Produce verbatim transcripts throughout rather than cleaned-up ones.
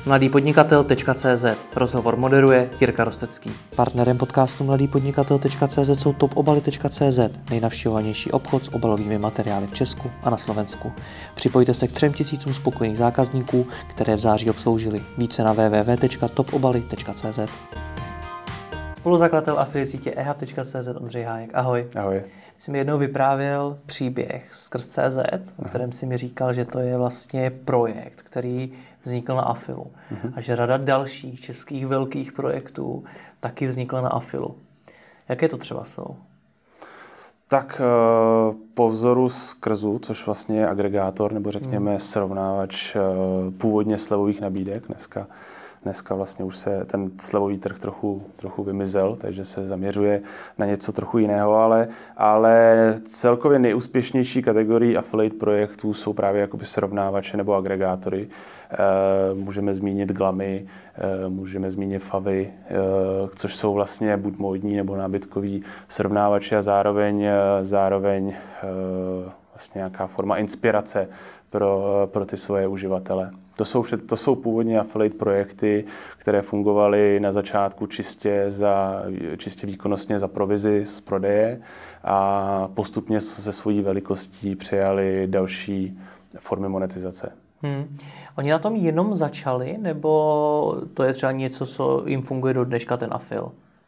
mladý podnikatel tečka cé zet. Rozhovor moderuje Jirka Rostecký. Partnerem podcastu mladý podnikatel tečka cé zet jsou top obaly tečka cé zet, nejnavštěvovanější obchod s obalovými materiály v Česku a na Slovensku. Připojte se k třem tisícům spokojených zákazníků, které v září obsloužili. Více na w w w tečka top obaly tečka cé zet. Spoluzakladatel afiliate sítě e hub tečka cé zet Ondřej Hájek. Ahoj. Ahoj. Jsi mi jednou vyprávěl příběh skrz cé zet, o kterém si mi říkal, že to je vlastně projekt, který vznikl na Afilu. Uh-huh. A že řada dalších českých velkých projektů taky vznikla na Afilu. Jaké to třeba jsou? Tak po vzoru skrzu, což vlastně je agregátor, nebo řekněme srovnávač původně slevových nabídek, dneska Dneska vlastně už se ten slevový trh trochu, trochu vymizel, takže se zaměřuje na něco trochu jiného, ale, ale celkově nejúspěšnější kategorii affiliate projektů jsou právě jakoby srovnávače nebo agregátory. E, můžeme zmínit Glamy, e, můžeme zmínit Favy, e, což jsou vlastně buď módní nebo nábytkový srovnávače a zároveň, zároveň e, vlastně nějaká forma inspirace pro, pro ty svoje uživatele. To jsou, to jsou původně affiliate projekty, které fungovaly na začátku čistě, za, čistě výkonnostně za provizi z prodeje a postupně se svojí velikostí přijali další formy monetizace. Hmm. Oni na tom jenom začali, nebo to je třeba něco, co jim funguje do dneška ten Afil?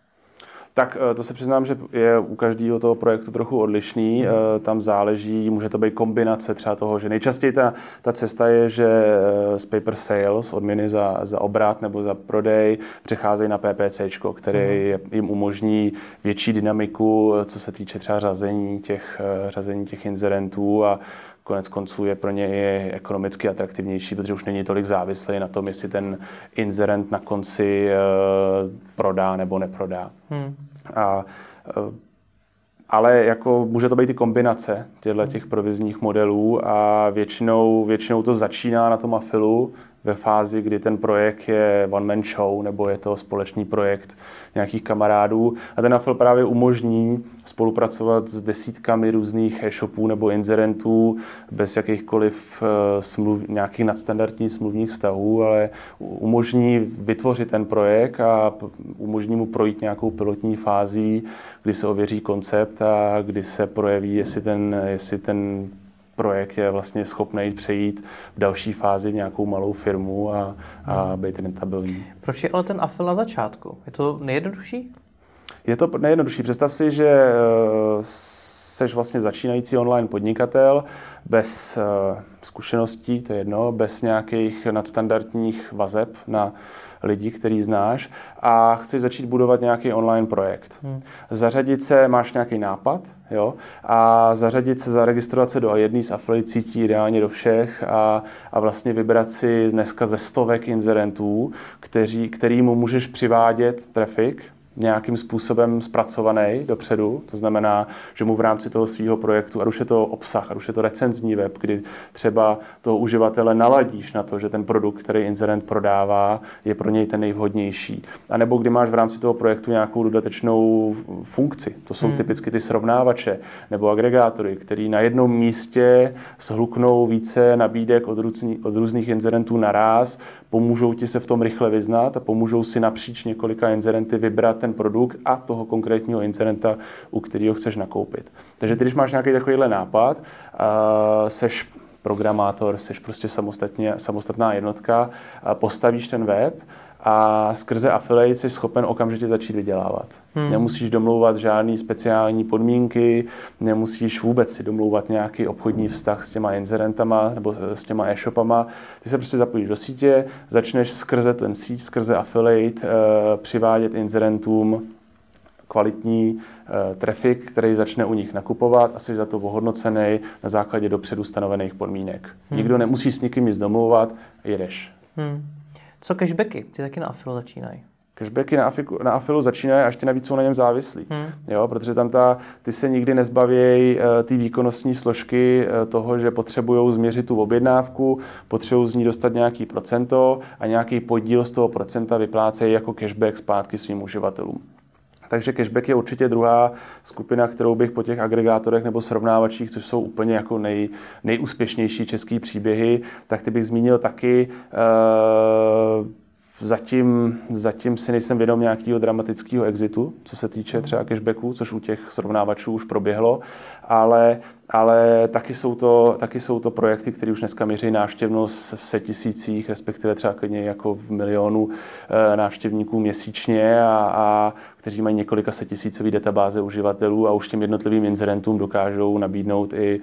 Tak to se přiznám, že je u každého toho projektu trochu odlišný. Tam záleží, může to být kombinace třeba toho, že nejčastěji ta, ta cesta je, že z paper sales, odměny za, za obrat nebo za prodej, přecházejí na PPCčko, který jim umožní větší dynamiku, co se týče třeba řazení těch, řazení těch inzerentů a konec konců je pro ně i ekonomicky atraktivnější, protože už není tolik závislý na tom, jestli ten inzerent na konci e, prodá nebo neprodá. Hmm. A, e, ale jako může to být i kombinace těchto těch provizních modelů a většinou, většinou to začíná na tom Afilu ve fázi, kdy ten projekt je one man show nebo je to společný projekt nějakých kamarádů a ten Afil právě umožní spolupracovat s desítkami různých e-shopů nebo inzerentů bez jakýchkoliv smluv, nějakých nadstandardních smluvních vztahů, ale umožní vytvořit ten projekt a umožní mu projít nějakou pilotní fází, kdy se ověří koncept a kdy se projeví, jestli ten, jestli ten projekt je vlastně schopný přejít v další fázi nějakou malou firmu a, a být rentabilní. Proč je ale ten Afil na začátku? Je to nejjednodušší? Je to nejjednodušší. Představ si, že seš vlastně začínající online podnikatel bez zkušeností, to je jedno, bez nějakých nadstandardních vazeb na lidi, který znáš a chceš začít budovat nějaký online projekt. Hmm. Zařadit se, máš nějaký nápad, jo, a zařadit se, zaregistrovat se do jedné z affiliate sítí, ideálně do všech a, a vlastně vybrat si dneska ze stovek inzerentů, kteří, kterýmu můžeš přivádět trafik, nějakým způsobem zpracovaný dopředu, to znamená, že mu v rámci toho svého projektu, a už je to obsah, a už je to recenzní web, kdy třeba toho uživatele naladíš na to, že ten produkt, který inzerent prodává, je pro něj ten nejvhodnější. A nebo kdy máš v rámci toho projektu nějakou dodatečnou funkci. To jsou hmm. typicky ty srovnávače nebo agregátory, který na jednom místě shluknou více nabídek od, různý, od různých inzerentů naráz, pomůžou ti se v tom rychle vyznat a pomůžou si napříč několika inzerenty vybrat ten produkt a toho konkrétního inzerenta, u kterého chceš nakoupit. Takže ty, když máš nějaký takovýhle nápad, uh, seš programátor, seš prostě samostatně, samostatná jednotka, uh, postavíš ten web a skrze affiliate jsi schopen okamžitě začít vydělávat. Hmm. Nemusíš domlouvat žádný speciální podmínky, nemusíš vůbec si domlouvat nějaký obchodní vztah s těma inzerentama nebo s těma e-shopama. Ty se prostě zapojíš do sítě, začneš skrze ten síť, skrze affiliate eh, přivádět inzerentům kvalitní eh, trafik, který začne u nich nakupovat a jsi za to ohodnocený na základě dopředu stanovených podmínek. Hmm. Nikdo nemusí s nikým nic domlouvat, jedeš. Hmm. Co cashbacky? Ty taky na Afilu začínají. Cashbacky na, Afiku, na Afilu začínají a ještě navíc jsou na něm závislí. Hmm. Jo, protože tam ta, ty se nikdy nezbavějí uh, ty výkonnostní složky uh, toho, že potřebují změřit tu objednávku, potřebují z ní dostat nějaký procento a nějaký podíl z toho procenta vyplácejí jako cashback zpátky svým uživatelům. Takže cashback je určitě druhá skupina, kterou bych po těch agregátorech nebo srovnávačích, což jsou úplně jako nej, nejúspěšnější český příběhy, tak ty bych zmínil taky. Uh, Zatím, zatím si nejsem vědom nějakého dramatického exitu, co se týče třeba cashbacku, což u těch srovnávačů už proběhlo, ale, ale taky, jsou to, taky jsou to projekty, které už dneska měří návštěvnost v set tisících, respektive třeba klidně jako v milionu návštěvníků měsíčně a, a kteří mají několika set tisícový databáze uživatelů a už těm jednotlivým inzerentům dokážou nabídnout i,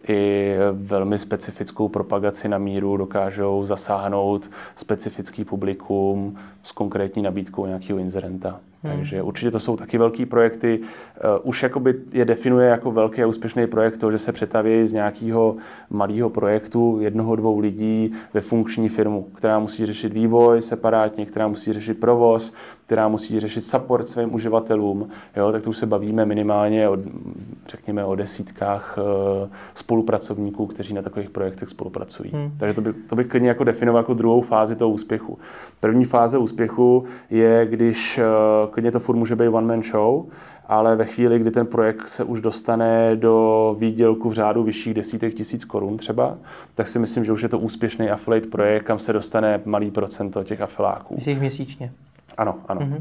i velmi specifickou propagaci na míru, dokážou zasáhnout specifický publikum s konkrétní nabídkou nějakého inzerenta. Hmm. Takže určitě to jsou taky velký projekty. Uh, už jakoby je definuje jako velký a úspěšný projekt to, že se přetaví z nějakého malého projektu jednoho, dvou lidí ve funkční firmu, která musí řešit vývoj separátně, která musí řešit provoz, která musí řešit support svým uživatelům. Jo, tak to už se bavíme minimálně o, řekněme, o desítkách uh, spolupracovníků, kteří na takových projektech spolupracují. Hmm. Takže to by, to by klidně jako definoval jako druhou fázi toho úspěchu. První fáze úspěchu je, když uh, klidně to furt může být one-man show, ale ve chvíli, kdy ten projekt se už dostane do výdělku v řádu vyšších desítek tisíc korun třeba, tak si myslím, že už je to úspěšný affiliate projekt, kam se dostane malý procento těch afiláků. Myslíš měsíčně? Ano, ano. Mm-hmm.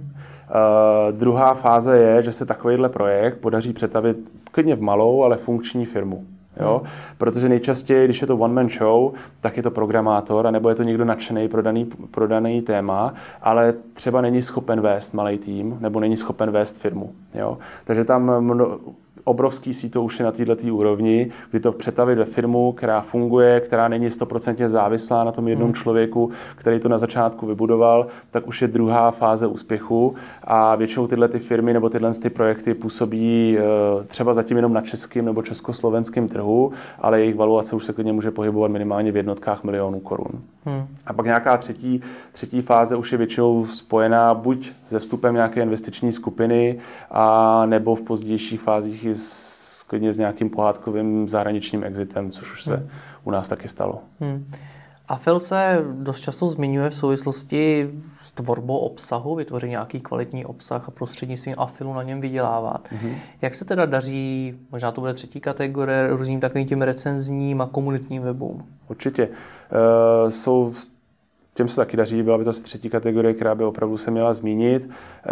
Uh, druhá fáze je, že se takovýhle projekt podaří přetavit klidně v malou, ale funkční firmu. Jo? Hmm. Protože nejčastěji, když je to one-man show, tak je to programátor, anebo je to někdo nadšený pro daný, pro daný téma, ale třeba není schopen vést malý tým, nebo není schopen vést firmu. Jo? Takže tam mno, obrovský síto už je na této úrovni, kdy to přetavit ve firmu, která funguje, která není stoprocentně závislá na tom jednom hmm. člověku, který to na začátku vybudoval, tak už je druhá fáze úspěchu a většinou tyhle ty firmy nebo tyhle ty projekty působí třeba zatím jenom na českém nebo československém trhu, ale jejich valuace už se klidně může pohybovat minimálně v jednotkách milionů korun. Hmm. A pak nějaká třetí, třetí fáze už je většinou spojená buď se vstupem nějaké investiční skupiny, a nebo v pozdějších fázích i s, klidně s nějakým pohádkovým zahraničním exitem, což už se hmm. u nás taky stalo. Hmm. Afil se dost často zmiňuje v souvislosti s tvorbou obsahu, vytvořit nějaký kvalitní obsah a prostřednictvím Afilu na něm vydělávat. Mm-hmm. Jak se teda daří, možná to bude třetí kategorie, různým takovým těm recenzním a komunitním webům? Určitě. Uh, jsou Těm se taky daří, byla by to třetí kategorie, která by opravdu se měla zmínit.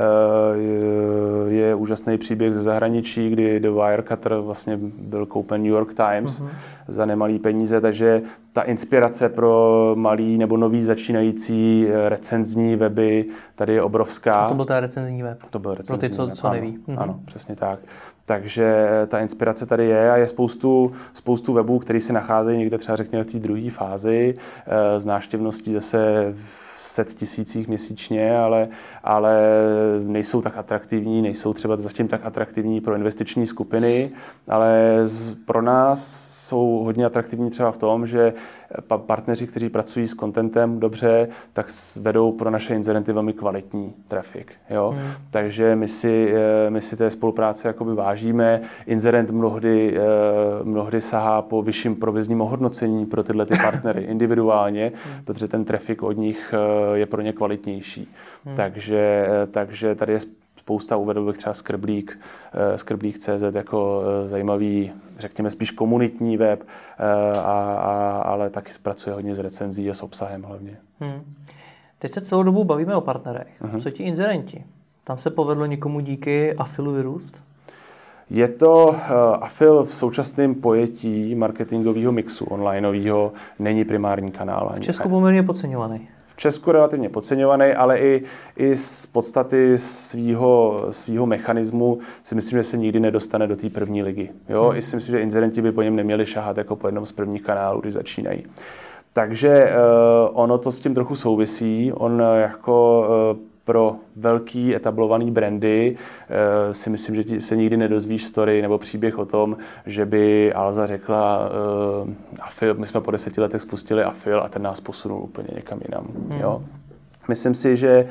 Je úžasný příběh ze zahraničí, kdy The Wirecutter vlastně byl koupen New York Times uh-huh. za nemalý peníze, takže ta inspirace pro malý nebo nový začínající recenzní weby tady je obrovská. A to byl ten recenzní web? To byl recenzní pro ty, co, web. co neví. Ano, uh-huh. ano, přesně tak. Takže ta inspirace tady je a je spoustu, spoustu webů, které se nacházejí někde třeba řekněme v té druhé fázi s návštěvností zase v set tisících měsíčně, ale, ale nejsou tak atraktivní, nejsou třeba zatím tak atraktivní pro investiční skupiny, ale z, pro nás jsou hodně atraktivní třeba v tom, že partneři, kteří pracují s contentem dobře, tak vedou pro naše inzerenty velmi kvalitní trafik. Jo? Hmm. Takže my si, my si té spolupráce jakoby vážíme. Inzerent mnohdy, mnohdy sahá po vyšším provizním ohodnocení pro tyhle ty partnery individuálně, hmm. protože ten trafik od nich je pro ně kvalitnější. Hmm. Takže, takže tady je spousta, uvedl bych třeba Skrblík, Skrblík tečka cé zet jako zajímavý, řekněme spíš komunitní web, a, a, ale taky zpracuje hodně z recenzí a s obsahem hlavně. Hmm. Teď se celou dobu bavíme o partnerech. Uh-huh. Co ti inzerenti? Tam se povedlo někomu díky Afilu vyrůst? Je to uh, Afil v současném pojetí marketingového mixu onlineového, není primární kanál. V Česku poměrně podceňovaný. V Česku relativně podceňovaný, ale i, i z podstaty svýho, svýho mechanismu si myslím, že se nikdy nedostane do té první ligy. Jo? Hmm. I si myslím, že inzerenti by po něm neměli šahat jako po jednom z prvních kanálů, když začínají. Takže uh, ono to s tím trochu souvisí. On jako uh, pro velký etablovaný brandy uh, si myslím, že se nikdy nedozvíš story nebo příběh o tom, že by Alza řekla uh, Afil, my jsme po deseti letech spustili Afil a ten nás posunul úplně někam jinam. Hmm. Jo? Myslím si, že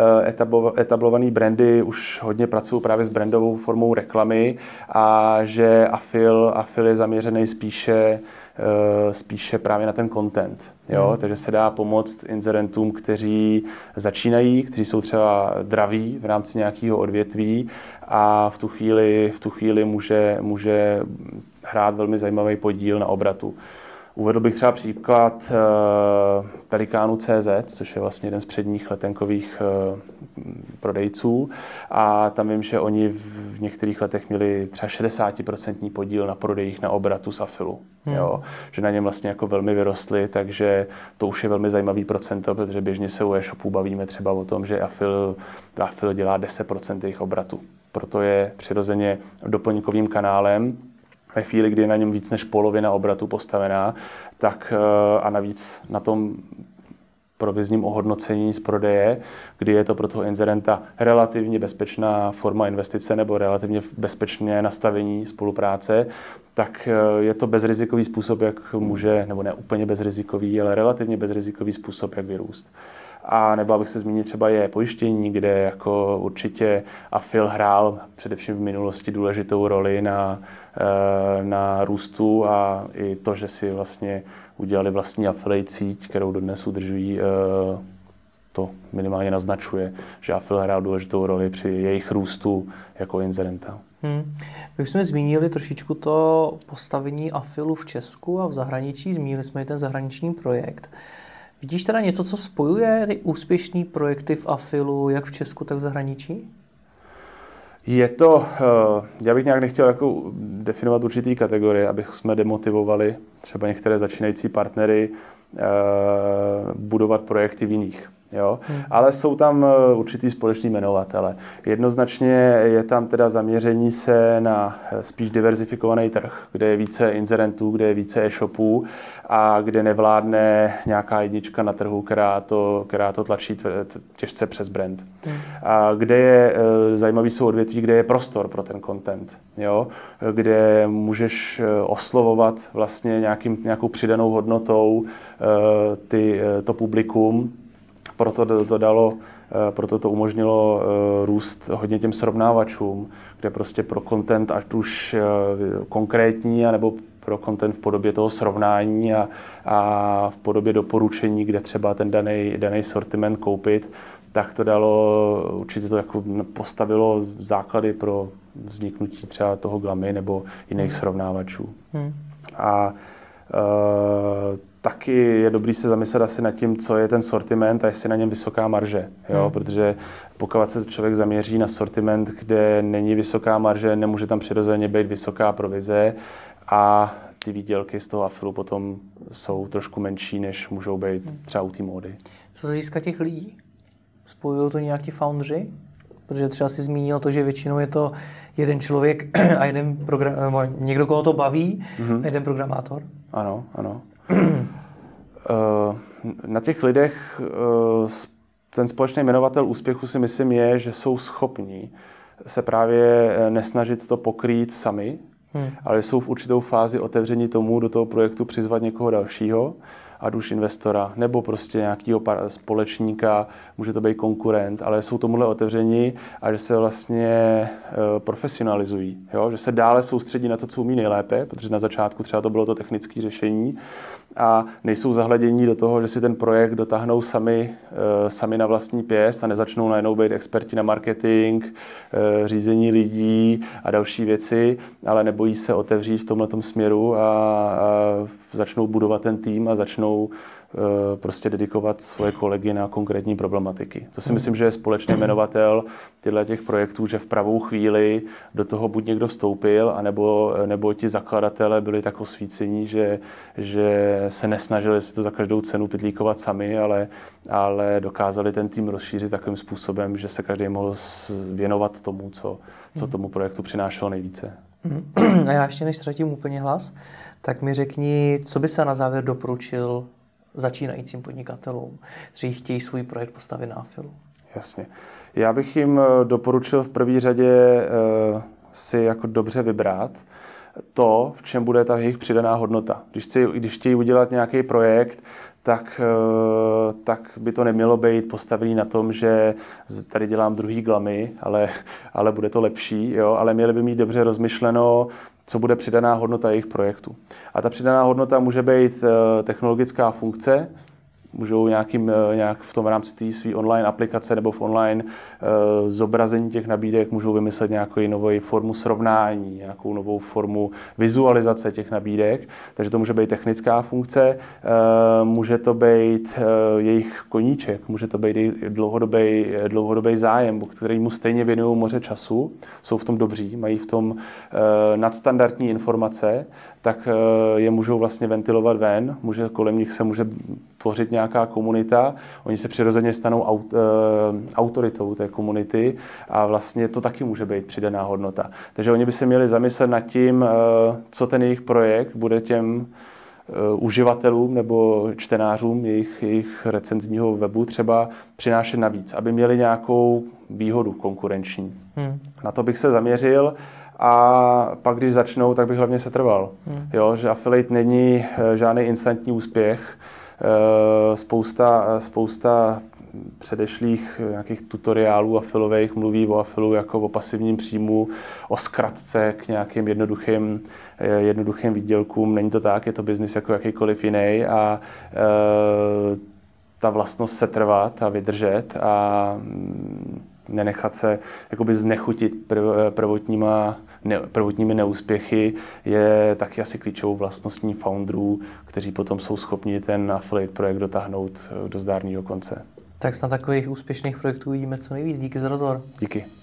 etablované brandy už hodně pracují právě s brandovou formou reklamy a že Afil, Afil je zaměřený spíše spíše právě na ten content. Jo? Hmm. Takže se dá pomoct inzerentům, kteří začínají, kteří jsou třeba draví v rámci nějakého odvětví a v tu chvíli, v tu chvíli může, může hrát velmi zajímavý podíl na obratu. Uvedl bych třeba příklad Pelikánu tečka cé zet, což je vlastně jeden z předních letenkových prodejců. A tam vím, že oni v některých letech měli třeba šedesát procent podíl na prodejích na obratu z Afilu. Hmm. Jo? Že na něm vlastně jako velmi vyrostli, takže to už je velmi zajímavý procento, protože běžně se u e-shopů bavíme třeba o tom, že Afil, Afil dělá deset procent jejich obratu. Proto je přirozeně doplňkovým kanálem. Ve chvíli, kdy je na něm víc než polovina obratu postavená, tak a navíc na tom provizním ohodnocení z prodeje, kdy je to pro toho inzerenta relativně bezpečná forma investice nebo relativně bezpečné nastavení spolupráce, tak je to bezrizikový způsob, jak může, nebo ne úplně bezrizikový, ale relativně bezrizikový způsob, jak vyrůst. A nebo abych se zmínil, třeba je pojištění, kde jako určitě Afil hrál především v minulosti důležitou roli na, na růstu a i to, že si vlastně udělali vlastní affiliate síť, kterou dodnes udržují, to minimálně naznačuje, že Afil hrál důležitou roli při jejich růstu jako inzerenta. Hmm. My už jsme zmínili trošičku to postavení Afilu v Česku a v zahraničí, zmínili jsme i ten zahraniční projekt. Vidíš teda něco, co spojuje ty úspěšné projekty v Afilu, jak v Česku, tak v zahraničí? Je to, já bych nějak nechtěl jako definovat určitý kategorie, abych jsme demotivovali třeba některé začínající partnery budovat projekty v jiných. Jo? Hmm. Ale jsou tam určitý společný jmenovatele. Jednoznačně je tam teda zaměření se na spíš diverzifikovaný trh, kde je více inzerentů, kde je více e-shopů a kde nevládne nějaká jednička na trhu, která to, která to tlačí těžce přes brand. Hmm. A kde je zajímavý jsou odvětví, kde je prostor pro ten content, jo? Kde můžeš oslovovat vlastně nějakým, nějakou přidanou hodnotou ty, to publikum. Proto to, to dalo, proto to umožnilo růst hodně těm srovnávačům, kde prostě pro content až už konkrétní, anebo pro content v podobě toho srovnání a, a v podobě doporučení, kde třeba ten daný, daný sortiment koupit, tak to dalo, určitě to jako postavilo základy pro vzniknutí třeba toho Glamy nebo jiných hmm. srovnávačů. Hmm. A uh, taky je dobrý se zamyslet asi nad tím, co je ten sortiment a jestli na něm vysoká marže. Jo? Hmm. Protože pokud se člověk zaměří na sortiment, kde není vysoká marže, nemůže tam přirozeně být vysoká provize a ty výdělky z toho Afilu potom jsou trošku menší, než můžou být třeba u té módy. Co se získá těch lidí? Spojují to nějaký foundři? Protože třeba si zmínil to, že většinou je to jeden člověk a jeden program, někdo, koho to baví, mm-hmm. a jeden programátor. Ano, ano. Na těch lidech ten společný jmenovatel úspěchu si myslím je, že jsou schopní se právě nesnažit to pokrýt sami, hmm. ale jsou v určitou fázi otevření tomu do toho projektu přizvat někoho dalšího, ať už investora, nebo prostě nějakého společníka, může to být konkurent, ale jsou tomuhle otevření a že se vlastně profesionalizují, jo? Že se dále soustředí na to, co umí nejlépe, protože na začátku třeba to bylo to technické řešení a nejsou zahledění do toho, že si ten projekt dotáhnou sami, sami na vlastní pěst a nezačnou najednou být experti na marketing, řízení lidí a další věci, ale nebojí se otevřít v tomhletom směru a, a začnou budovat ten tým a začnou prostě dedikovat svoje kolegy na konkrétní problematiky. To si myslím, že je společný jmenovatel těchto těch projektů, že v pravou chvíli do toho buď někdo vstoupil, anebo, nebo ti zakladatelé byli tak osvícení, že, že se nesnažili si to za každou cenu pytlíkovat sami, ale, ale dokázali ten tým rozšířit takovým způsobem, že se každý mohl věnovat tomu, co, co tomu projektu přinášelo nejvíce. A já ještě než ztratím úplně hlas, tak mi řekni, co by se na závěr doporučil začínajícím podnikatelům, kteří chtějí svůj projekt postavit na Afilu. Jasně. Já bych jim doporučil v první řadě si jako dobře vybrat to, v čem bude ta jejich přidaná hodnota. Když, chci, když chtějí udělat nějaký projekt, tak, tak by to nemělo být postavený na tom, že tady dělám druhý Glamy, ale, ale bude to lepší, jo? Ale měli by mít dobře rozmyšleno, co bude přidaná hodnota jejich projektu. A ta přidaná hodnota může být technologická funkce, Můžou nějakým, nějak v tom rámci té své online aplikace nebo v online uh, zobrazení těch nabídek můžou vymyslet nějakou novou formu srovnání, nějakou novou formu vizualizace těch nabídek. Takže to může být technická funkce, uh, může to být uh, jejich koníček, může to být jejich dlouhodobý, dlouhodobý zájem, kterému stejně věnují moře času, jsou v tom dobří, mají v tom uh, nadstandardní informace, tak je můžou vlastně ventilovat ven, může, kolem nich se může tvořit nějaká komunita, oni se přirozeně stanou aut, autoritou té komunity a vlastně to taky může být přidaná hodnota. Takže oni by se měli zamyslet nad tím, co ten jejich projekt bude těm uživatelům nebo čtenářům jejich, jejich recenzního webu třeba přinášet navíc, aby měli nějakou výhodu konkurenční. Hmm. Na to bych se zaměřil. A pak, když začnou, tak bych hlavně setrval. Hmm. Jo, že affiliate není žádný instantní úspěch. Spousta, spousta předešlých nějakých tutoriálů afilových mluví o afilu jako o pasivním příjmu, o zkratce k nějakým jednoduchým, jednoduchým výdělkům. Není to tak, je to biznis jako jakýkoliv jiný a e, ta vlastnost setrvat a vydržet a nenechat se jakoby znechutit prv, prvotníma, ne, prvotními neúspěchy je taky asi klíčovou vlastností founderů, kteří potom jsou schopni ten affiliate projekt dotáhnout do zdárného konce. Tak snad takových úspěšných projektů vidíme co nejvíc. Díky za rozhovor. Díky.